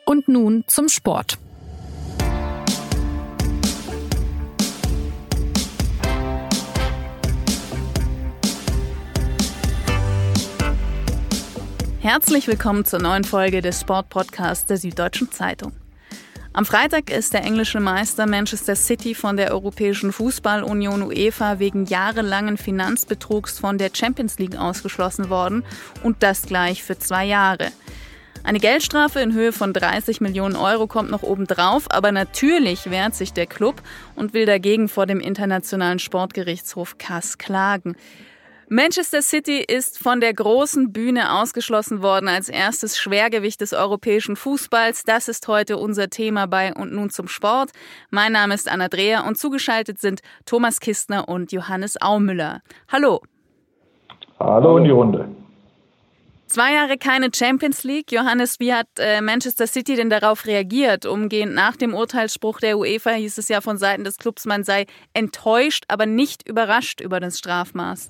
Und nun zum Sport. Herzlich willkommen zur neuen Folge des Sportpodcasts der Süddeutschen Zeitung. Am Freitag ist der englische Meister Manchester City von der Europäischen Fußballunion UEFA wegen jahrelangen Finanzbetrugs von der Champions League ausgeschlossen worden und das gleich für 2 Jahre. Eine Geldstrafe in Höhe von 30 Millionen Euro kommt noch obendrauf, aber natürlich wehrt sich der Club und will dagegen vor dem Internationalen Sportgerichtshof CAS klagen. Manchester City ist von der großen Bühne ausgeschlossen worden als erstes Schwergewicht des europäischen Fußballs. Das ist heute unser Thema bei Und nun zum Sport. Mein Name ist Anna Dreher und zugeschaltet sind Thomas Kistner und Johannes Aumüller. Hallo. Hallo in die Runde. 2 Jahre keine Champions League. Johannes, wie hat Manchester City denn darauf reagiert? Umgehend nach dem Urteilsspruch der UEFA hieß es ja von Seiten des Clubs, man sei enttäuscht, aber nicht überrascht über das Strafmaß.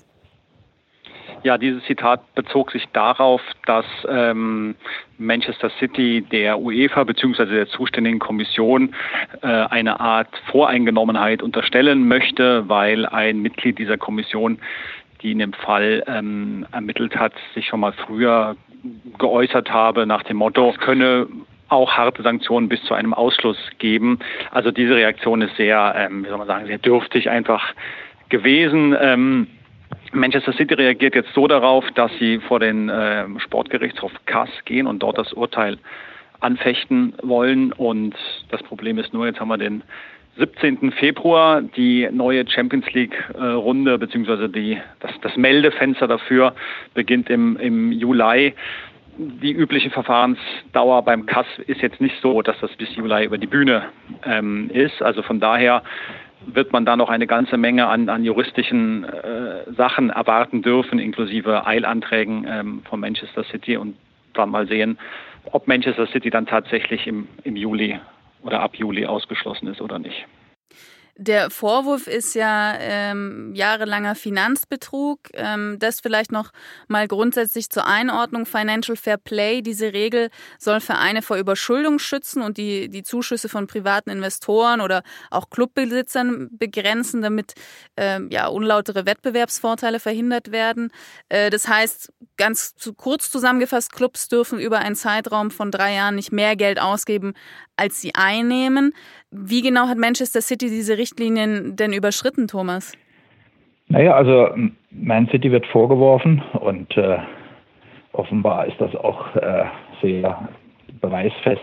Ja, dieses Zitat bezog sich darauf, dass Manchester City der UEFA bzw. der zuständigen Kommission eine Art Voreingenommenheit unterstellen möchte, weil ein Mitglied dieser Kommission, die in dem Fall ermittelt hat, sich schon mal früher geäußert habe nach dem Motto, es könne auch harte Sanktionen bis zu einem Ausschluss geben. Also diese Reaktion ist sehr, sehr dürftig einfach gewesen. Manchester City reagiert jetzt so darauf, dass sie vor den Sportgerichtshof CAS gehen und dort das Urteil anfechten wollen. Und das Problem ist nur, jetzt haben wir den 17. Februar, die neue Champions League-Runde beziehungsweise das Meldefenster dafür beginnt im Juli. Die übliche Verfahrensdauer beim CAS ist jetzt nicht so, dass das bis Juli über die Bühne ist. Also von daher wird man da noch eine ganze Menge an juristischen Sachen erwarten dürfen, inklusive Eilanträgen von Manchester City und dann mal sehen, ob Manchester City dann tatsächlich im Juli oder ab Juli ausgeschlossen ist oder nicht. Der Vorwurf ist ja jahrelanger Finanzbetrug. Das vielleicht noch mal grundsätzlich zur Einordnung. Financial Fair Play, diese Regel soll Vereine vor Überschuldung schützen und die Zuschüsse von privaten Investoren oder auch Clubbesitzern begrenzen, damit unlautere Wettbewerbsvorteile verhindert werden. Das heißt, ganz kurz zusammengefasst, Clubs dürfen über einen Zeitraum von 3 Jahren nicht mehr Geld ausgeben, als sie einnehmen. Wie genau hat Manchester City diese Richtlinien denn überschritten, Thomas? Naja, also Man City wird vorgeworfen und offenbar ist das auch sehr beweisfest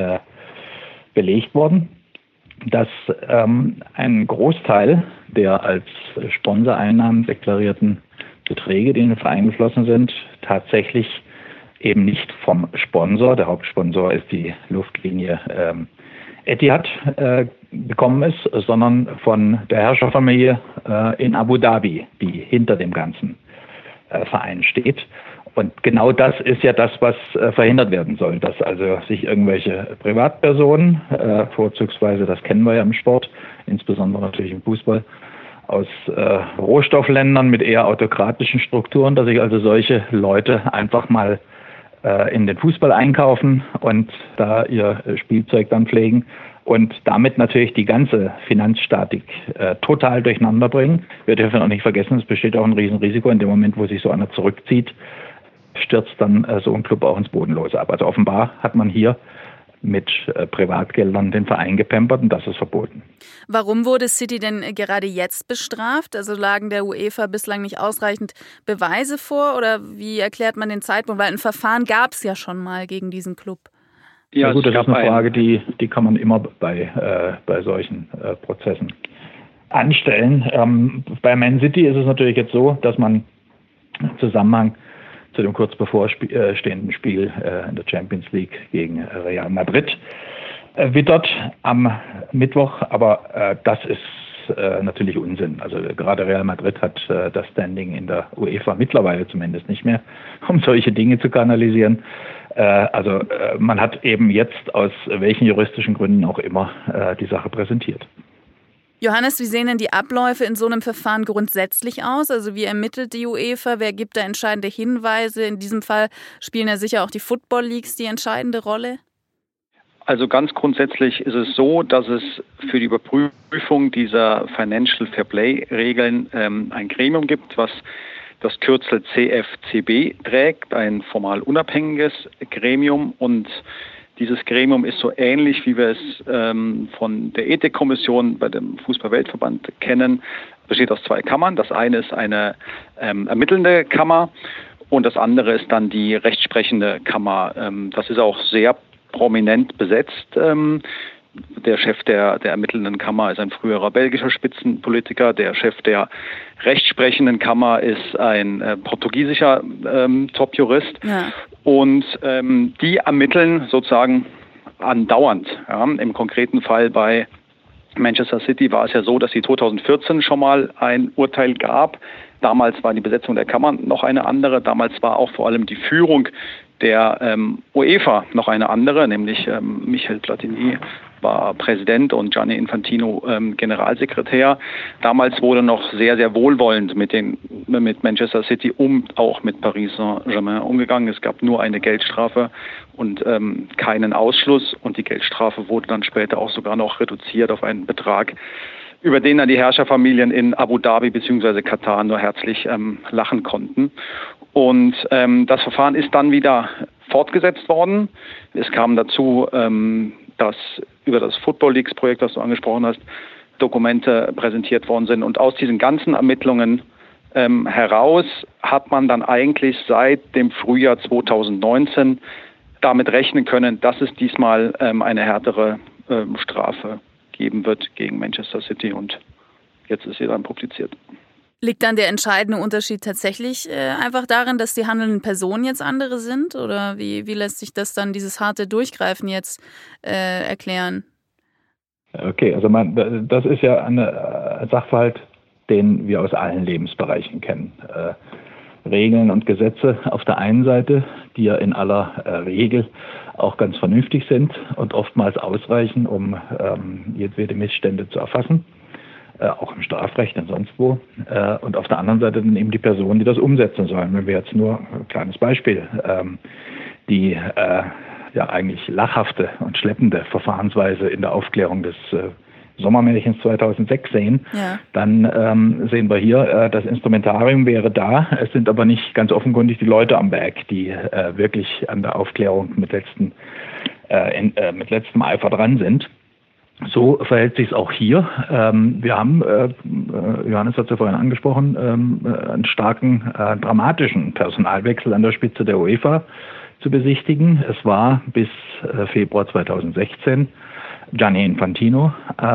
belegt worden, dass ein Großteil der als Sponsoreinnahmen deklarierten Beträge, die in den Verein geflossen sind, tatsächlich eben nicht vom Sponsor, der Hauptsponsor ist die Luftlinie Etihad, gekommen ist, sondern von der Herrscherfamilie in Abu Dhabi, die hinter dem ganzen Verein steht. Und genau das ist ja das, was verhindert werden soll, dass also sich irgendwelche Privatpersonen, vorzugsweise, das kennen wir ja im Sport, insbesondere natürlich im Fußball, aus Rohstoffländern mit eher autokratischen Strukturen, dass sich also solche Leute einfach mal in den Fußball einkaufen und da ihr Spielzeug dann pflegen und damit natürlich die ganze Finanzstatik total durcheinander bringen. Wir dürfen auch nicht vergessen, es besteht auch ein Riesenrisiko, in dem Moment, wo sich so einer zurückzieht, stürzt dann so ein Club auch ins Bodenlose ab. Also offenbar hat man hier mit Privatgeldern den Verein gepampert und das ist verboten. Warum wurde City denn gerade jetzt bestraft? Also lagen der UEFA bislang nicht ausreichend Beweise vor oder wie erklärt man den Zeitpunkt? Weil ein Verfahren gab es ja schon mal gegen diesen Club. Ja gut, das ist eine Frage, die kann man immer bei solchen Prozessen anstellen. Bei Man City ist es natürlich jetzt so, dass man im Zusammenhang zu dem kurz bevorstehenden Spiel in der Champions League gegen Real Madrid wittert am Mittwoch, aber das ist natürlich Unsinn. Also gerade Real Madrid hat das Standing in der UEFA mittlerweile zumindest nicht mehr, um solche Dinge zu kanalisieren. Also man hat eben jetzt aus welchen juristischen Gründen auch immer die Sache präsentiert. Johannes, wie sehen denn die Abläufe in so einem Verfahren grundsätzlich aus? Also wie ermittelt die UEFA? Wer gibt da entscheidende Hinweise? In diesem Fall spielen ja sicher auch die Football Leagues die entscheidende Rolle. Also ganz grundsätzlich ist es so, dass es für die Überprüfung dieser Financial Fair Play Regeln ein Gremium gibt, was das Kürzel CFCB trägt, ein formal unabhängiges Gremium. Und dieses Gremium ist so ähnlich, wie wir es von der Ethikkommission bei dem Fußball-Weltverband kennen, besteht aus 2 Kammern. Das eine ist eine ermittelnde Kammer und das andere ist dann die rechtsprechende Kammer. Das ist auch sehr prominent besetzt. Der Chef der ermittelnden Kammer ist ein früherer belgischer Spitzenpolitiker. Der Chef der rechtsprechenden Kammer ist ein portugiesischer Top-Jurist. Ja. Und die ermitteln sozusagen andauernd. Ja. Im konkreten Fall bei Manchester City war es ja so, dass es 2014 schon mal ein Urteil gab. Damals war die Besetzung der Kammer noch eine andere. Damals war auch vor allem die Führung der UEFA noch eine andere, nämlich Michel Platini war Präsident und Gianni Infantino Generalsekretär. Damals wurde noch sehr, sehr wohlwollend mit Manchester City und auch mit Paris Saint-Germain umgegangen. Es gab nur eine Geldstrafe und keinen Ausschluss. Und die Geldstrafe wurde dann später auch sogar noch reduziert auf einen Betrag, über den dann die Herrscherfamilien in Abu Dhabi bzw. Katar nur herzlich lachen konnten. Und das Verfahren ist dann wieder fortgesetzt worden. Es kam dazu, dass über das Football Leagues Projekt, das du angesprochen hast, Dokumente präsentiert worden sind. Und aus diesen ganzen Ermittlungen heraus hat man dann eigentlich seit dem Frühjahr 2019 damit rechnen können, dass es diesmal eine härtere Strafe geben wird gegen Manchester City. Und jetzt ist sie dann publiziert. Liegt dann der entscheidende Unterschied tatsächlich einfach darin, dass die handelnden Personen jetzt andere sind? Oder wie lässt sich das dann, dieses harte Durchgreifen jetzt erklären? Okay, also das ist ja ein Sachverhalt, den wir aus allen Lebensbereichen kennen. Regeln und Gesetze auf der einen Seite, die ja in aller Regel auch ganz vernünftig sind und oftmals ausreichen, um jedwede Missstände zu erfassen. Auch im Strafrecht und sonst wo. Und auf der anderen Seite dann eben die Personen, die das umsetzen sollen. Wenn wir jetzt nur ein kleines Beispiel, die ja eigentlich lachhafte und schleppende Verfahrensweise in der Aufklärung des Sommermärchens 2006 sehen, ja, dann sehen wir hier, das Instrumentarium wäre da. Es sind aber nicht ganz offenkundig die Leute am Werk, die wirklich an der Aufklärung mit letztem Eifer dran sind. So verhält sich es auch hier. Wir haben, Johannes hat es ja vorhin angesprochen, einen starken, dramatischen Personalwechsel an der Spitze der UEFA zu besichtigen. Es war bis Februar 2016 Gianni Infantino,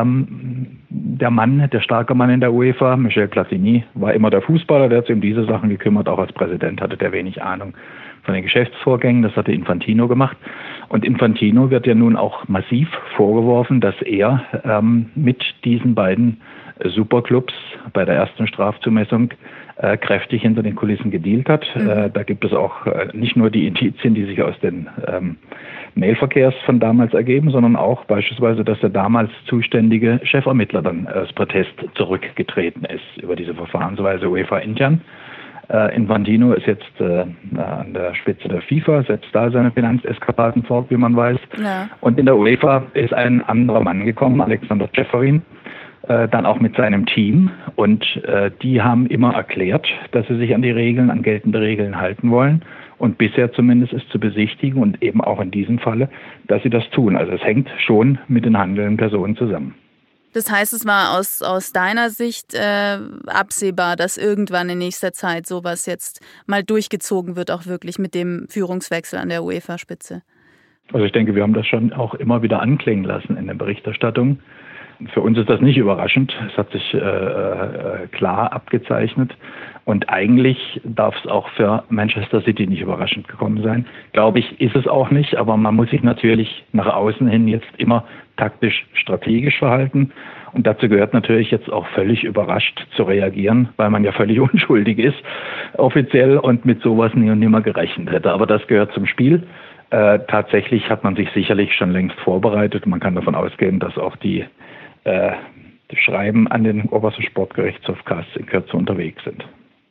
der starke Mann in der UEFA. Michel Platini war immer der Fußballer, der hat sich um diese Sachen gekümmert. Auch als Präsident hatte der wenig Ahnung von den Geschäftsvorgängen. Das hatte Infantino gemacht. Und Infantino wird ja nun auch massiv vorgeworfen, dass er mit diesen beiden Superclubs bei der ersten Strafzumessung kräftig hinter den Kulissen gedealt hat. Da gibt es auch nicht nur die Indizien, die sich aus den Mailverkehrs von damals ergeben, sondern auch beispielsweise, dass der damals zuständige Chefermittler dann als Protest zurückgetreten ist über diese Verfahrensweise UEFA intern. Infantino ist jetzt an der Spitze der FIFA, setzt da seine Finanzeskapaden fort, wie man weiß. Ja. Und in der UEFA ist ein anderer Mann gekommen, Alexander Ceferin, dann auch mit seinem Team. Und die haben immer erklärt, dass sie sich an geltende Regeln halten wollen. Und bisher zumindest ist zu besichtigen und eben auch in diesem Falle, dass sie das tun. Also es hängt schon mit den handelnden Personen zusammen. Das heißt, es war aus deiner Sicht absehbar, dass irgendwann in nächster Zeit sowas jetzt mal durchgezogen wird, auch wirklich mit dem Führungswechsel an der UEFA-Spitze? Also ich denke, wir haben das schon auch immer wieder anklingen lassen in der Berichterstattung. Für uns ist das nicht überraschend. Es hat sich klar abgezeichnet. Und eigentlich darf es auch für Manchester City nicht überraschend gekommen sein. Glaube ich, ist es auch nicht. Aber man muss sich natürlich nach außen hin jetzt immer taktisch, strategisch verhalten. Und dazu gehört natürlich jetzt auch völlig überrascht zu reagieren, weil man ja völlig unschuldig ist, offiziell, und mit sowas nie und nimmer gerechnet hätte. Aber das gehört zum Spiel. Tatsächlich hat man sich sicherlich schon längst vorbereitet. Man kann davon ausgehen, dass auch die Schreiben an den obersten Sportgerichtshof Kars in Kürze unterwegs sind.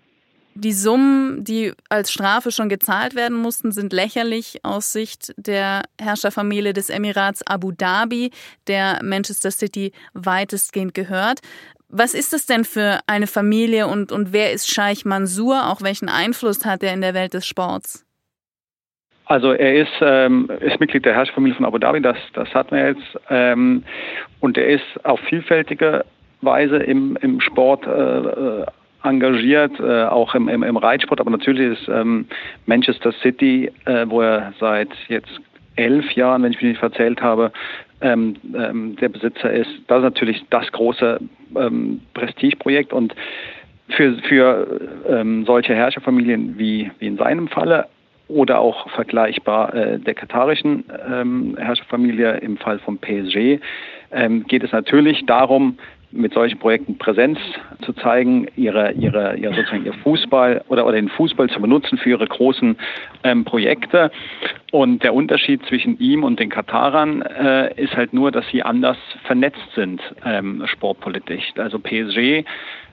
Die Summen, die als Strafe schon gezahlt werden mussten, sind lächerlich aus Sicht der Herrscherfamilie des Emirats Abu Dhabi, der Manchester City weitestgehend gehört. Was ist das denn für eine Familie und wer ist Scheich Mansour? Auch welchen Einfluss hat er in der Welt des Sports? Also er ist Mitglied der Herrscherfamilie von Abu Dhabi, das hatten wir jetzt. Und er ist auf vielfältige Weise im Sport engagiert, auch im Reitsport. Aber natürlich ist Manchester City, wo er seit jetzt 11 Jahren, wenn ich mich nicht verzählt habe, der Besitzer ist. Das ist natürlich das große Prestigeprojekt. Und für solche Herrscherfamilien wie in seinem Falle oder auch vergleichbar der katarischen Herrscherfamilie im Fall von PSG, geht es natürlich darum, mit solchen Projekten Präsenz zu zeigen, sozusagen ihr Fußball oder den Fußball zu benutzen für ihre großen Projekte. Und der Unterschied zwischen ihm und den Katarern ist halt nur, dass sie anders vernetzt sind sportpolitisch. Also PSG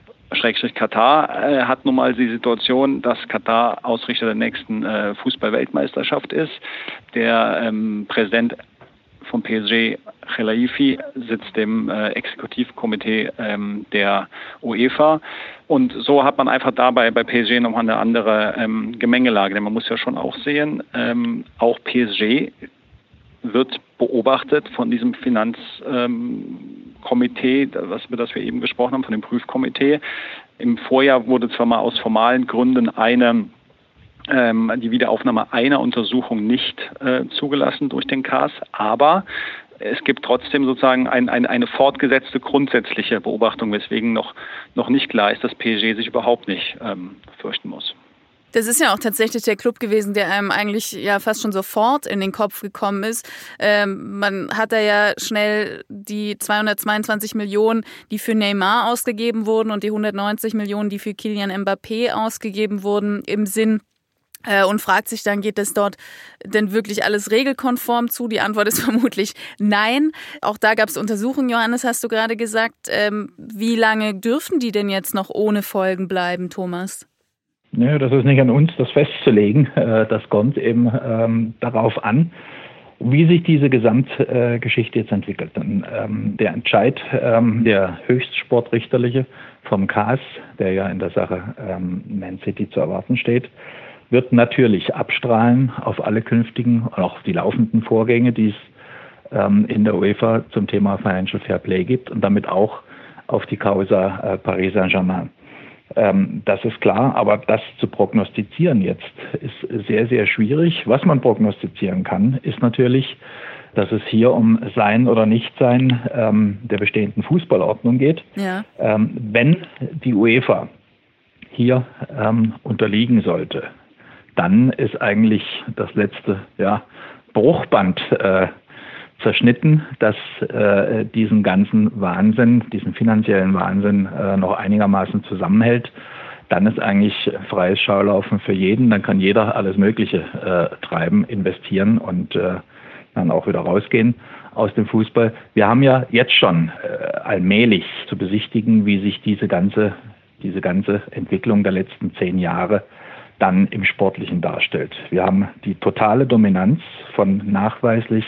Katar hat nun mal die Situation, dass Katar Ausrichter der nächsten Fußball-Weltmeisterschaft ist. Der Präsident von PSG, Khelaifi, sitzt im Exekutivkomitee der UEFA. Und so hat man einfach dabei bei PSG nochmal eine andere Gemengelage. Denn man muss ja schon auch sehen, auch PSG wird beobachtet von diesem Finanzkomitee, über das wir eben gesprochen haben, von dem Prüfkomitee. Im Vorjahr wurde zwar mal aus formalen Gründen die Wiederaufnahme einer Untersuchung nicht zugelassen durch den CAS, aber es gibt trotzdem sozusagen eine fortgesetzte grundsätzliche Beobachtung, weswegen noch nicht klar ist, dass PSG sich überhaupt nicht fürchten muss. Das ist ja auch tatsächlich der Club gewesen, der einem eigentlich ja fast schon sofort in den Kopf gekommen ist. Man hat da ja schnell die 222 Millionen, die für Neymar ausgegeben wurden und die 190 Millionen, die für Kylian Mbappé ausgegeben wurden, im Sinn und fragt sich dann, geht das dort denn wirklich alles regelkonform zu? Die Antwort ist vermutlich nein. Auch da gab es Untersuchungen, Johannes, hast du gerade gesagt. Wie lange dürfen die denn jetzt noch ohne Folgen bleiben, Thomas? Ja, das ist nicht an uns, das festzulegen. Das kommt eben darauf an, wie sich diese Gesamtgeschichte jetzt entwickelt. Der Entscheid, der höchstsportrichterliche vom CAS, der ja in der Sache Man City zu erwarten steht, wird natürlich abstrahlen auf alle künftigen, auch auf die laufenden Vorgänge, die es in der UEFA zum Thema Financial Fair Play gibt und damit auch auf die Causa Paris Saint-Germain. Das ist klar, aber das zu prognostizieren jetzt ist sehr, sehr schwierig. Was man prognostizieren kann, ist natürlich, dass es hier um Sein oder Nichtsein der bestehenden Fußballordnung geht. Ja. Wenn die UEFA hier unterliegen sollte, dann ist eigentlich das letzte Bruchband zerschnitten, das diesen ganzen Wahnsinn, diesen finanziellen Wahnsinn noch einigermaßen zusammenhält. Dann ist eigentlich freies Schaulaufen für jeden. Dann kann jeder alles Mögliche treiben, investieren und dann auch wieder rausgehen aus dem Fußball. Wir haben ja jetzt schon allmählich zu besichtigen, wie sich diese ganze Entwicklung der letzten 10 Jahre dann im Sportlichen darstellt. Wir haben die totale Dominanz von nachweislich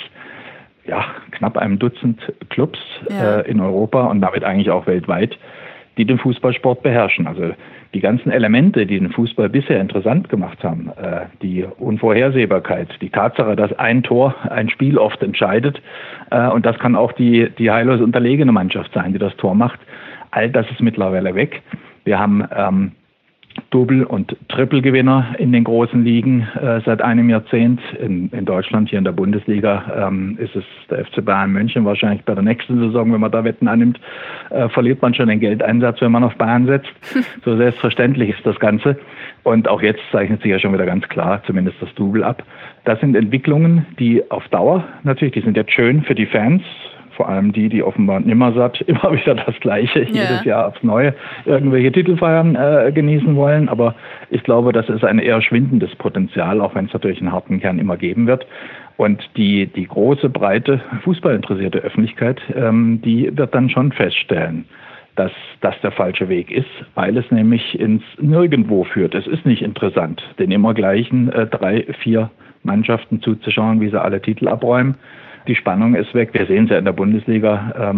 knapp einem Dutzend Clubs in Europa und damit eigentlich auch weltweit, die den Fußballsport beherrschen. Also die ganzen Elemente, die den Fußball bisher interessant gemacht haben, die Unvorhersehbarkeit, die Tatsache, dass ein Tor ein Spiel oft entscheidet und das kann auch die heillos unterlegene Mannschaft sein, die das Tor macht, all das ist mittlerweile weg. Wir haben Double- und Triple-Gewinner in den großen Ligen seit einem Jahrzehnt. In Deutschland, hier in der Bundesliga, ist es der FC Bayern München. Wahrscheinlich bei der nächsten Saison, wenn man da Wetten annimmt, verliert man schon den Geldeinsatz, wenn man auf Bayern setzt. So selbstverständlich ist das Ganze. Und auch jetzt zeichnet sich ja schon wieder ganz klar, zumindest das Double ab. Das sind Entwicklungen, die auf Dauer natürlich, die sind jetzt schön für die Fans, vor allem die offenbar nimmersatt immer wieder das Gleiche, jedes Jahr aufs Neue irgendwelche Titelfeiern genießen wollen. Aber ich glaube, das ist ein eher schwindendes Potenzial, auch wenn es natürlich einen harten Kern immer geben wird. Und die große, breite, fußballinteressierte Öffentlichkeit, die wird dann schon feststellen, dass das der falsche Weg ist, weil es nämlich ins Nirgendwo führt. Es ist nicht interessant, den immer gleichen 3, 4 Mannschaften zuzuschauen, wie sie alle Titel abräumen. Die Spannung ist weg. Wir sehen es ja in der Bundesliga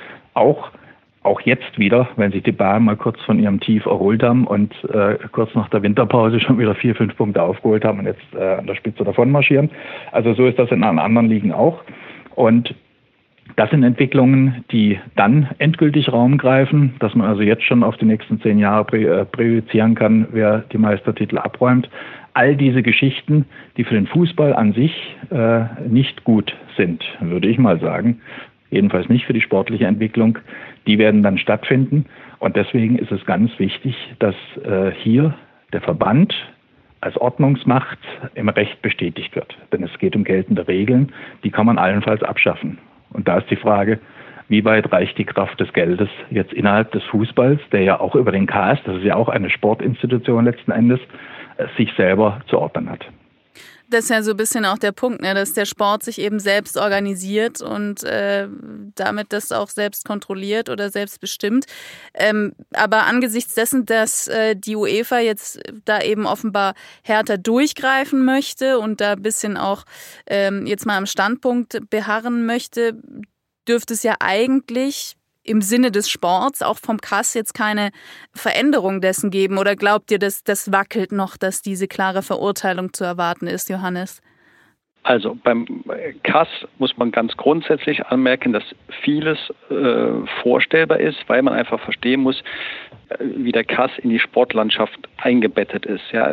auch jetzt wieder, wenn sich die Bayern mal kurz von ihrem Tief erholt haben und kurz nach der Winterpause schon wieder 4, 5 Punkte aufgeholt haben und jetzt an der Spitze davon marschieren. Also so ist das in anderen Ligen auch. Und das sind Entwicklungen, die dann endgültig Raum greifen, dass man also jetzt schon auf die nächsten 10 Jahre präjudizieren kann, wer die Meistertitel abräumt. All diese Geschichten, die für den Fußball an sich nicht gut sind, würde ich mal sagen, jedenfalls nicht für die sportliche Entwicklung, die werden dann stattfinden. Und deswegen ist es ganz wichtig, dass hier der Verband als Ordnungsmacht im Recht bestätigt wird. Denn es geht um geltende Regeln, die kann man allenfalls abschaffen. Und da ist die Frage, wie weit reicht die Kraft des Geldes jetzt innerhalb des Fußballs, der ja auch über den KAS, das ist ja auch eine Sportinstitution letzten Endes, sich selber zu ordnen hat. Das ist ja so ein bisschen auch der Punkt, ne, dass der Sport sich eben selbst organisiert und damit das auch selbst kontrolliert oder selbst bestimmt. Aber angesichts dessen, dass die UEFA jetzt da eben offenbar härter durchgreifen möchte und da ein bisschen auch jetzt mal am Standpunkt beharren möchte, dürfte es ja eigentlich im Sinne des Sports auch vom KAS jetzt keine Veränderung dessen geben? Oder glaubt ihr, dass das wackelt noch, dass diese klare Verurteilung zu erwarten ist, Johannes? Also beim KAS muss man ganz grundsätzlich anmerken, dass vieles vorstellbar ist, weil man einfach verstehen muss, wie der KAS in die Sportlandschaft eingebettet ist. Ja,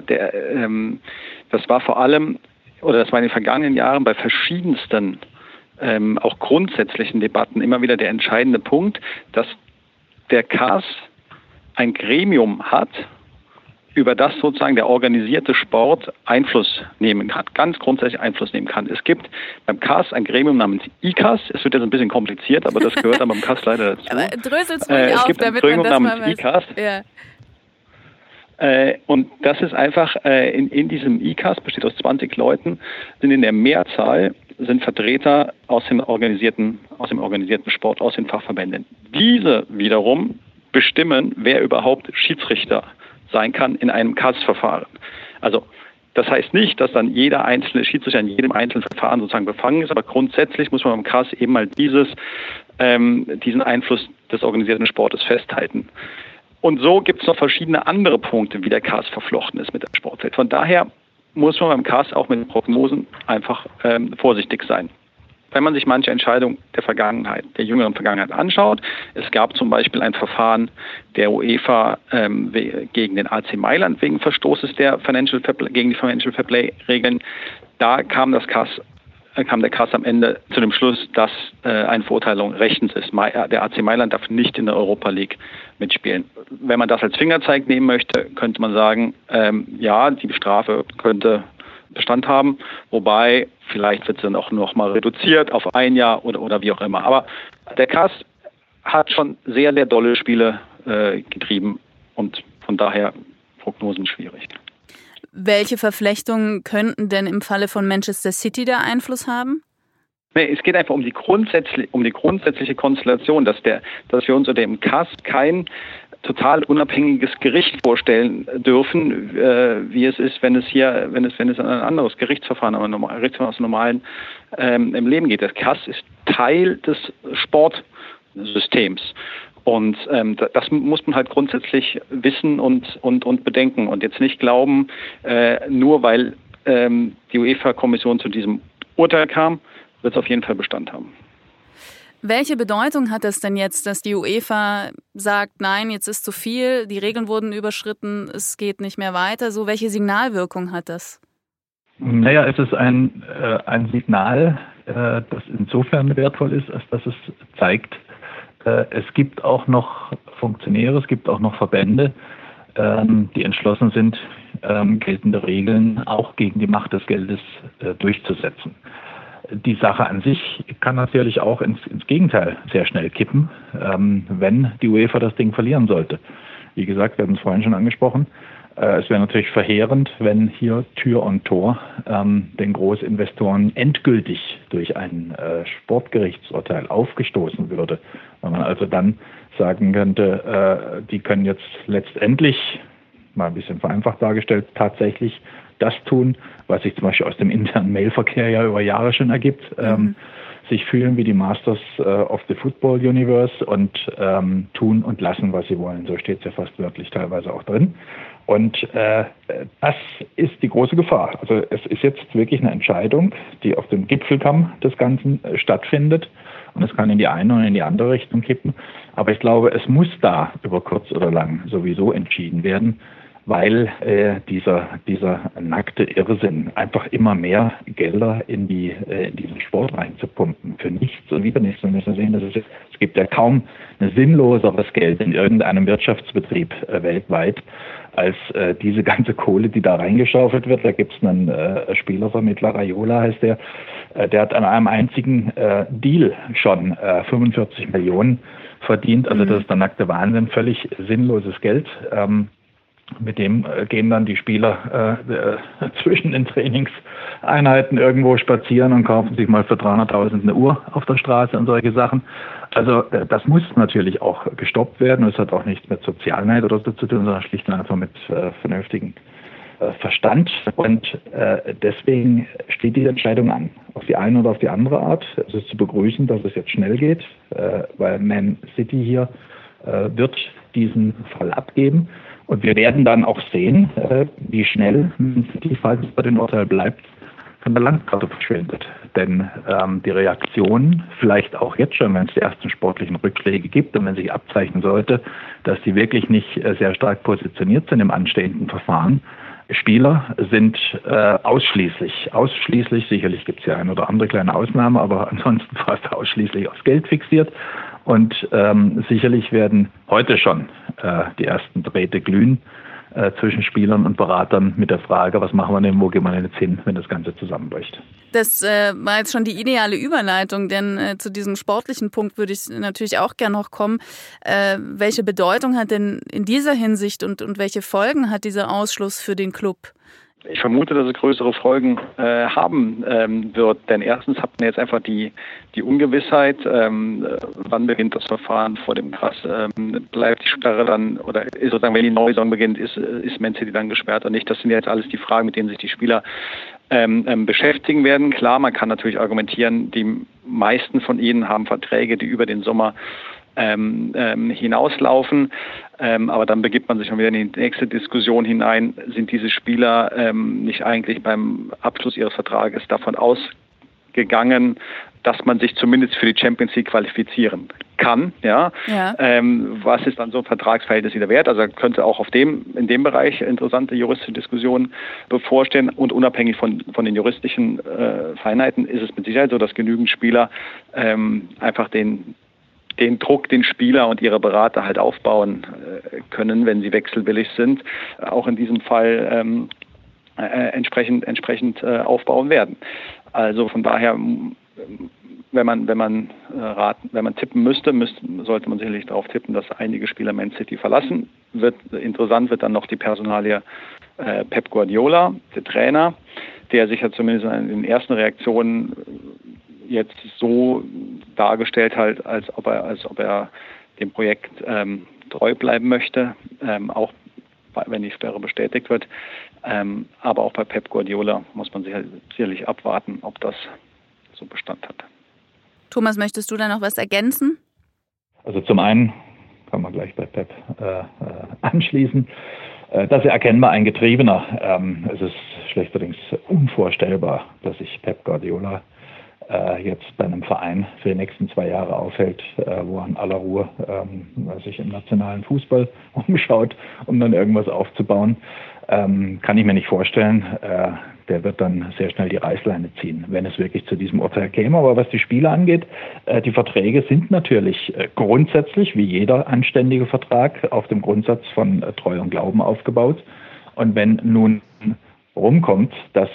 das war vor allem, oder das war in den vergangenen Jahren bei verschiedensten auch grundsätzlichen Debatten immer wieder der entscheidende Punkt, dass der KAS ein Gremium hat, über das sozusagen der organisierte Sport Einfluss nehmen kann, ganz grundsätzlich Einfluss nehmen kann. Es gibt beim KAS ein Gremium namens ICAS, es wird jetzt ein bisschen kompliziert, aber das gehört dann beim KAS leider dazu. Aber dröselt's ruhig auf, gibt damit ein Gremium man das namens mal weiß. ICAS. Ja. Und das ist einfach, in diesem ICAS, besteht aus 20 Leuten, sind in der Mehrzahl sind Vertreter aus dem organisierten Sport, aus den Fachverbänden. Diese wiederum bestimmen, wer überhaupt Schiedsrichter sein kann in einem KAS-Verfahren. Also das heißt nicht, dass dann jeder einzelne Schiedsrichter in jedem einzelnen Verfahren sozusagen befangen ist, aber grundsätzlich muss man beim KAS eben mal diesen Einfluss des organisierten Sportes festhalten. Und so gibt es noch verschiedene andere Punkte, wie der KAS verflochten ist mit der Sportwelt. Von daher muss man beim KAS auch mit den Prognosen einfach vorsichtig sein. Wenn man sich manche Entscheidungen der jüngeren Vergangenheit anschaut, es gab zum Beispiel ein Verfahren der UEFA gegen den AC Mailand wegen Verstoßes gegen die Financial Fair Play Regeln. Da kam der KAS am Ende zu dem Schluss, dass eine Verurteilung rechtens ist. Der AC Mailand darf nicht in der Europa League mitspielen. Wenn man das als Fingerzeig nehmen möchte, könnte man sagen, ja, die Strafe könnte Bestand haben, wobei vielleicht wird sie dann auch noch mal reduziert auf 1 Jahr oder wie auch immer. Aber der KAS hat schon sehr, sehr dolle Spiele getrieben und von daher Prognosen schwierig. Welche Verflechtungen könnten denn im Falle von Manchester City da Einfluss haben? Nee, es geht einfach um die grundsätzliche Konstellation, dass wir uns unter dem KAS kein total unabhängiges Gericht vorstellen dürfen, wie es ist, wenn es an ein anderes Gerichtsverfahren aus dem normalen im Leben geht. Das KAS ist Teil des Sportsystems. Und das muss man halt grundsätzlich wissen und bedenken und jetzt nicht glauben, nur weil die UEFA-Kommission zu diesem Urteil kam, wird es auf jeden Fall Bestand haben. Welche Bedeutung hat es denn jetzt, dass die UEFA sagt, nein, jetzt ist zu viel, die Regeln wurden überschritten, es geht nicht mehr weiter? So, welche Signalwirkung hat das? Naja, es ist ein Signal, das insofern wertvoll ist, als dass es zeigt, es gibt auch noch Funktionäre, es gibt auch noch Verbände, die entschlossen sind, geltende Regeln auch gegen die Macht des Geldes durchzusetzen. Die Sache an sich kann natürlich auch ins Gegenteil sehr schnell kippen, wenn die UEFA das Ding verlieren sollte. Wie gesagt, wir haben es vorhin schon angesprochen. Es wäre natürlich verheerend, wenn hier Tür und Tor den Großinvestoren endgültig durch ein Sportgerichtsurteil aufgestoßen würde, Wenn man also dann sagen könnte, die können jetzt letztendlich, mal ein bisschen vereinfacht dargestellt, tatsächlich das tun, was sich zum Beispiel aus dem internen Mailverkehr ja über Jahre schon ergibt, sich fühlen wie die Masters of the Football Universe und tun und lassen, was sie wollen. So steht es ja fast wörtlich teilweise auch drin. Und das ist die große Gefahr. Also es ist jetzt wirklich eine Entscheidung, die auf dem Gipfelkamm des Ganzen stattfindet. Und es kann in die eine oder in die andere Richtung kippen. Aber ich glaube, es muss da über kurz oder lang sowieso entschieden werden, weil dieser nackte Irrsinn, einfach immer mehr Gelder in diesen Sport reinzupumpen, für nichts und wieder nichts. Und wir müssen sehen, es gibt ja kaum ein sinnloseres Geld in irgendeinem Wirtschaftsbetrieb weltweit, als diese ganze Kohle, die da reingeschaufelt wird. Da gibt es einen Spielervermittler, Raiola heißt der hat an einem einzigen Deal schon 45 Millionen verdient. Also das ist der nackte Wahnsinn, völlig sinnloses Geld. Mit dem gehen dann die Spieler zwischen den Trainingseinheiten irgendwo spazieren und kaufen sich mal für 300.000 eine Uhr auf der Straße und solche Sachen. Also das muss natürlich auch gestoppt werden. Es hat auch nichts mit Sozialneid oder so zu tun, sondern schlicht und einfach mit vernünftigen Verstand. Und deswegen steht die Entscheidung an. Auf die eine oder auf die andere Art. Es ist zu begrüßen, dass es jetzt schnell geht, weil Man City hier wird diesen Fall abgeben. Und wir werden dann auch sehen, wie schnell die, falls es bei dem Urteil bleibt, von der Landkarte verschwindet. Denn die Reaktion, vielleicht auch jetzt schon, wenn es die ersten sportlichen Rückschläge gibt und wenn sich abzeichnen sollte, dass die wirklich nicht sehr stark positioniert sind im anstehenden Verfahren. Spieler sind ausschließlich, sicherlich gibt es ja eine oder andere kleine Ausnahme, aber ansonsten fast ausschließlich aufs Geld fixiert. Und sicherlich werden heute schon die ersten Drähte glühen zwischen Spielern und Beratern mit der Frage, was machen wir denn, wo gehen wir denn jetzt hin, wenn das Ganze zusammenbricht. Das war jetzt schon die ideale Überleitung, denn zu diesem sportlichen Punkt würde ich natürlich auch gerne noch kommen. Welche Bedeutung hat denn in dieser Hinsicht und welche Folgen hat dieser Ausschluss für den Club? Ich vermute, dass es größere Folgen haben wird, denn erstens hat man jetzt einfach die Ungewissheit, wann beginnt das Verfahren vor dem Gras, bleibt die Sperre dann, oder ist sozusagen, wenn die neue Saison beginnt, ist Man City dann gesperrt oder nicht? Das sind jetzt alles die Fragen, mit denen sich die Spieler beschäftigen werden. Klar, man kann natürlich argumentieren, die meisten von ihnen haben Verträge, die über den Sommer hinauslaufen, aber dann begibt man sich schon wieder in die nächste Diskussion hinein. Sind diese Spieler nicht eigentlich beim Abschluss ihres Vertrages davon ausgegangen, dass man sich zumindest für die Champions League qualifizieren kann? Ja. Was ist dann so ein Vertragsverhältnis wieder wert? Also könnte auch in dem Bereich interessante juristische Diskussionen bevorstehen, und unabhängig von den juristischen Feinheiten ist es mit Sicherheit so, dass genügend Spieler einfach den Druck, den Spieler und ihre Berater halt aufbauen können, wenn sie wechselwillig sind, auch in diesem Fall entsprechend aufbauen werden. Also von daher, wenn man tippen müsste, sollte man sicherlich darauf tippen, dass einige Spieler Man City verlassen. Interessant wird dann noch die Personalie Pep Guardiola, der Trainer, der sich ja zumindest in den ersten Reaktionen jetzt so dargestellt halt, als ob er dem Projekt treu bleiben möchte, auch wenn die Sperre bestätigt wird. Aber auch bei Pep Guardiola muss man sicherlich abwarten, ob das so Bestand hat. Thomas, möchtest du da noch was ergänzen? Also zum einen kann man gleich bei Pep anschließen. Das ist erkennbar ein Getriebener. Es ist schlechterdings unvorstellbar, dass sich Pep Guardiola jetzt bei einem Verein für die nächsten 2 Jahre aufhält, wo er in aller Ruhe sich im nationalen Fußball umschaut, um dann irgendwas aufzubauen. Kann ich mir nicht vorstellen. Der wird dann sehr schnell die Reißleine ziehen, wenn es wirklich zu diesem Urteil käme. Aber was die Spieler angeht, die Verträge sind natürlich grundsätzlich, wie jeder anständige Vertrag, auf dem Grundsatz von Treu und Glauben aufgebaut. Und wenn nun rumkommt, dass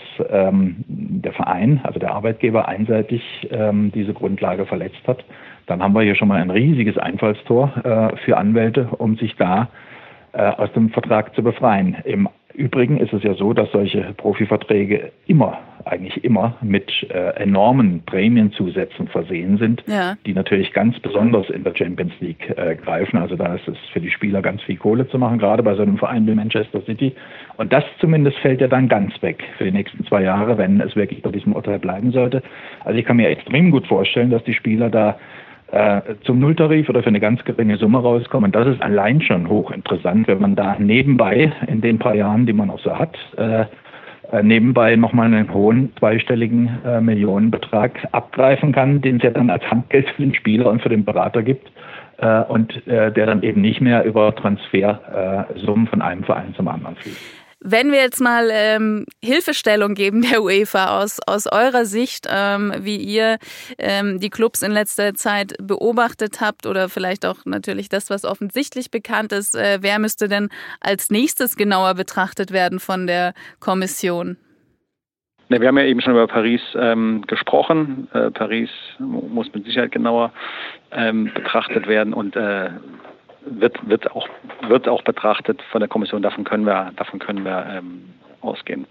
der Verein, also der Arbeitgeber, einseitig diese Grundlage verletzt hat, dann haben wir hier schon mal ein riesiges Einfallstor für Anwälte, um sich da aus dem Vertrag zu befreien. Im Übrigens ist es ja so, dass solche Profiverträge eigentlich immer mit enormen Prämienzusätzen versehen sind, die natürlich ganz besonders in der Champions League greifen. Also da ist es für die Spieler ganz viel Kohle zu machen, gerade bei so einem Verein wie Manchester City. Und das zumindest fällt ja dann ganz weg für die nächsten 2 Jahre, wenn es wirklich bei diesem Urteil bleiben sollte. Also ich kann mir extrem gut vorstellen, dass die Spieler da zum Nulltarif oder für eine ganz geringe Summe rauskommen. Und das ist allein schon hochinteressant, wenn man da nebenbei in den paar Jahren, die man auch so hat, nebenbei nochmal einen hohen zweistelligen Millionenbetrag abgreifen kann, den es ja dann als Handgeld für den Spieler und für den Berater gibt und der dann eben nicht mehr über Transfersummen von einem Verein zum anderen fließt. Wenn wir jetzt mal Hilfestellung geben der UEFA aus eurer Sicht, wie ihr die Clubs in letzter Zeit beobachtet habt oder vielleicht auch natürlich das, was offensichtlich bekannt ist, wer müsste denn als nächstes genauer betrachtet werden von der Kommission? Wir haben ja eben schon über Paris gesprochen. Paris muss mit Sicherheit genauer betrachtet werden und wird auch betrachtet von der Kommission. Davon können wir ausgehen.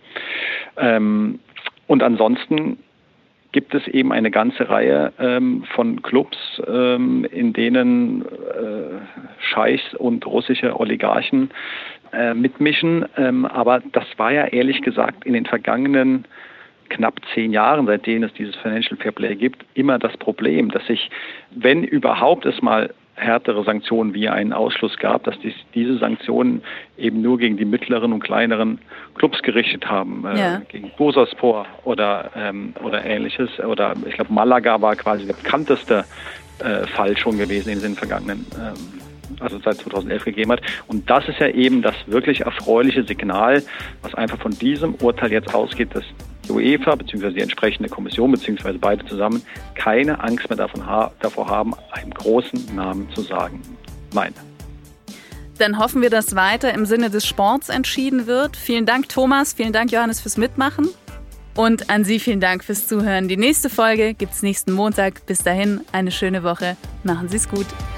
Und ansonsten gibt es eben eine ganze Reihe von Clubs, in denen Scheichs und russische Oligarchen mitmischen. Aber das war ja ehrlich gesagt in den vergangenen knapp 10 Jahren, seitdem es dieses Financial Fair Play gibt, immer das Problem, dass sich, wenn überhaupt es mal härtere Sanktionen wie einen Ausschluss gab, dass diese Sanktionen eben nur gegen die mittleren und kleineren Clubs gerichtet haben, gegen Bursaspor oder Ähnliches. Oder ich glaube, Malaga war quasi der bekannteste Fall schon gewesen in den vergangenen, also seit 2011 gegeben hat. Und das ist ja eben das wirklich erfreuliche Signal, was einfach von diesem Urteil jetzt ausgeht, dass die UEFA bzw. die entsprechende Kommission bzw. beide zusammen keine Angst mehr davor haben, einem großen Namen zu sagen Nein. Dann hoffen wir, dass weiter im Sinne des Sports entschieden wird. Vielen Dank, Thomas. Vielen Dank, Johannes, fürs Mitmachen. Und an Sie vielen Dank fürs Zuhören. Die nächste Folge gibt es nächsten Montag. Bis dahin, eine schöne Woche. Machen Sie es gut.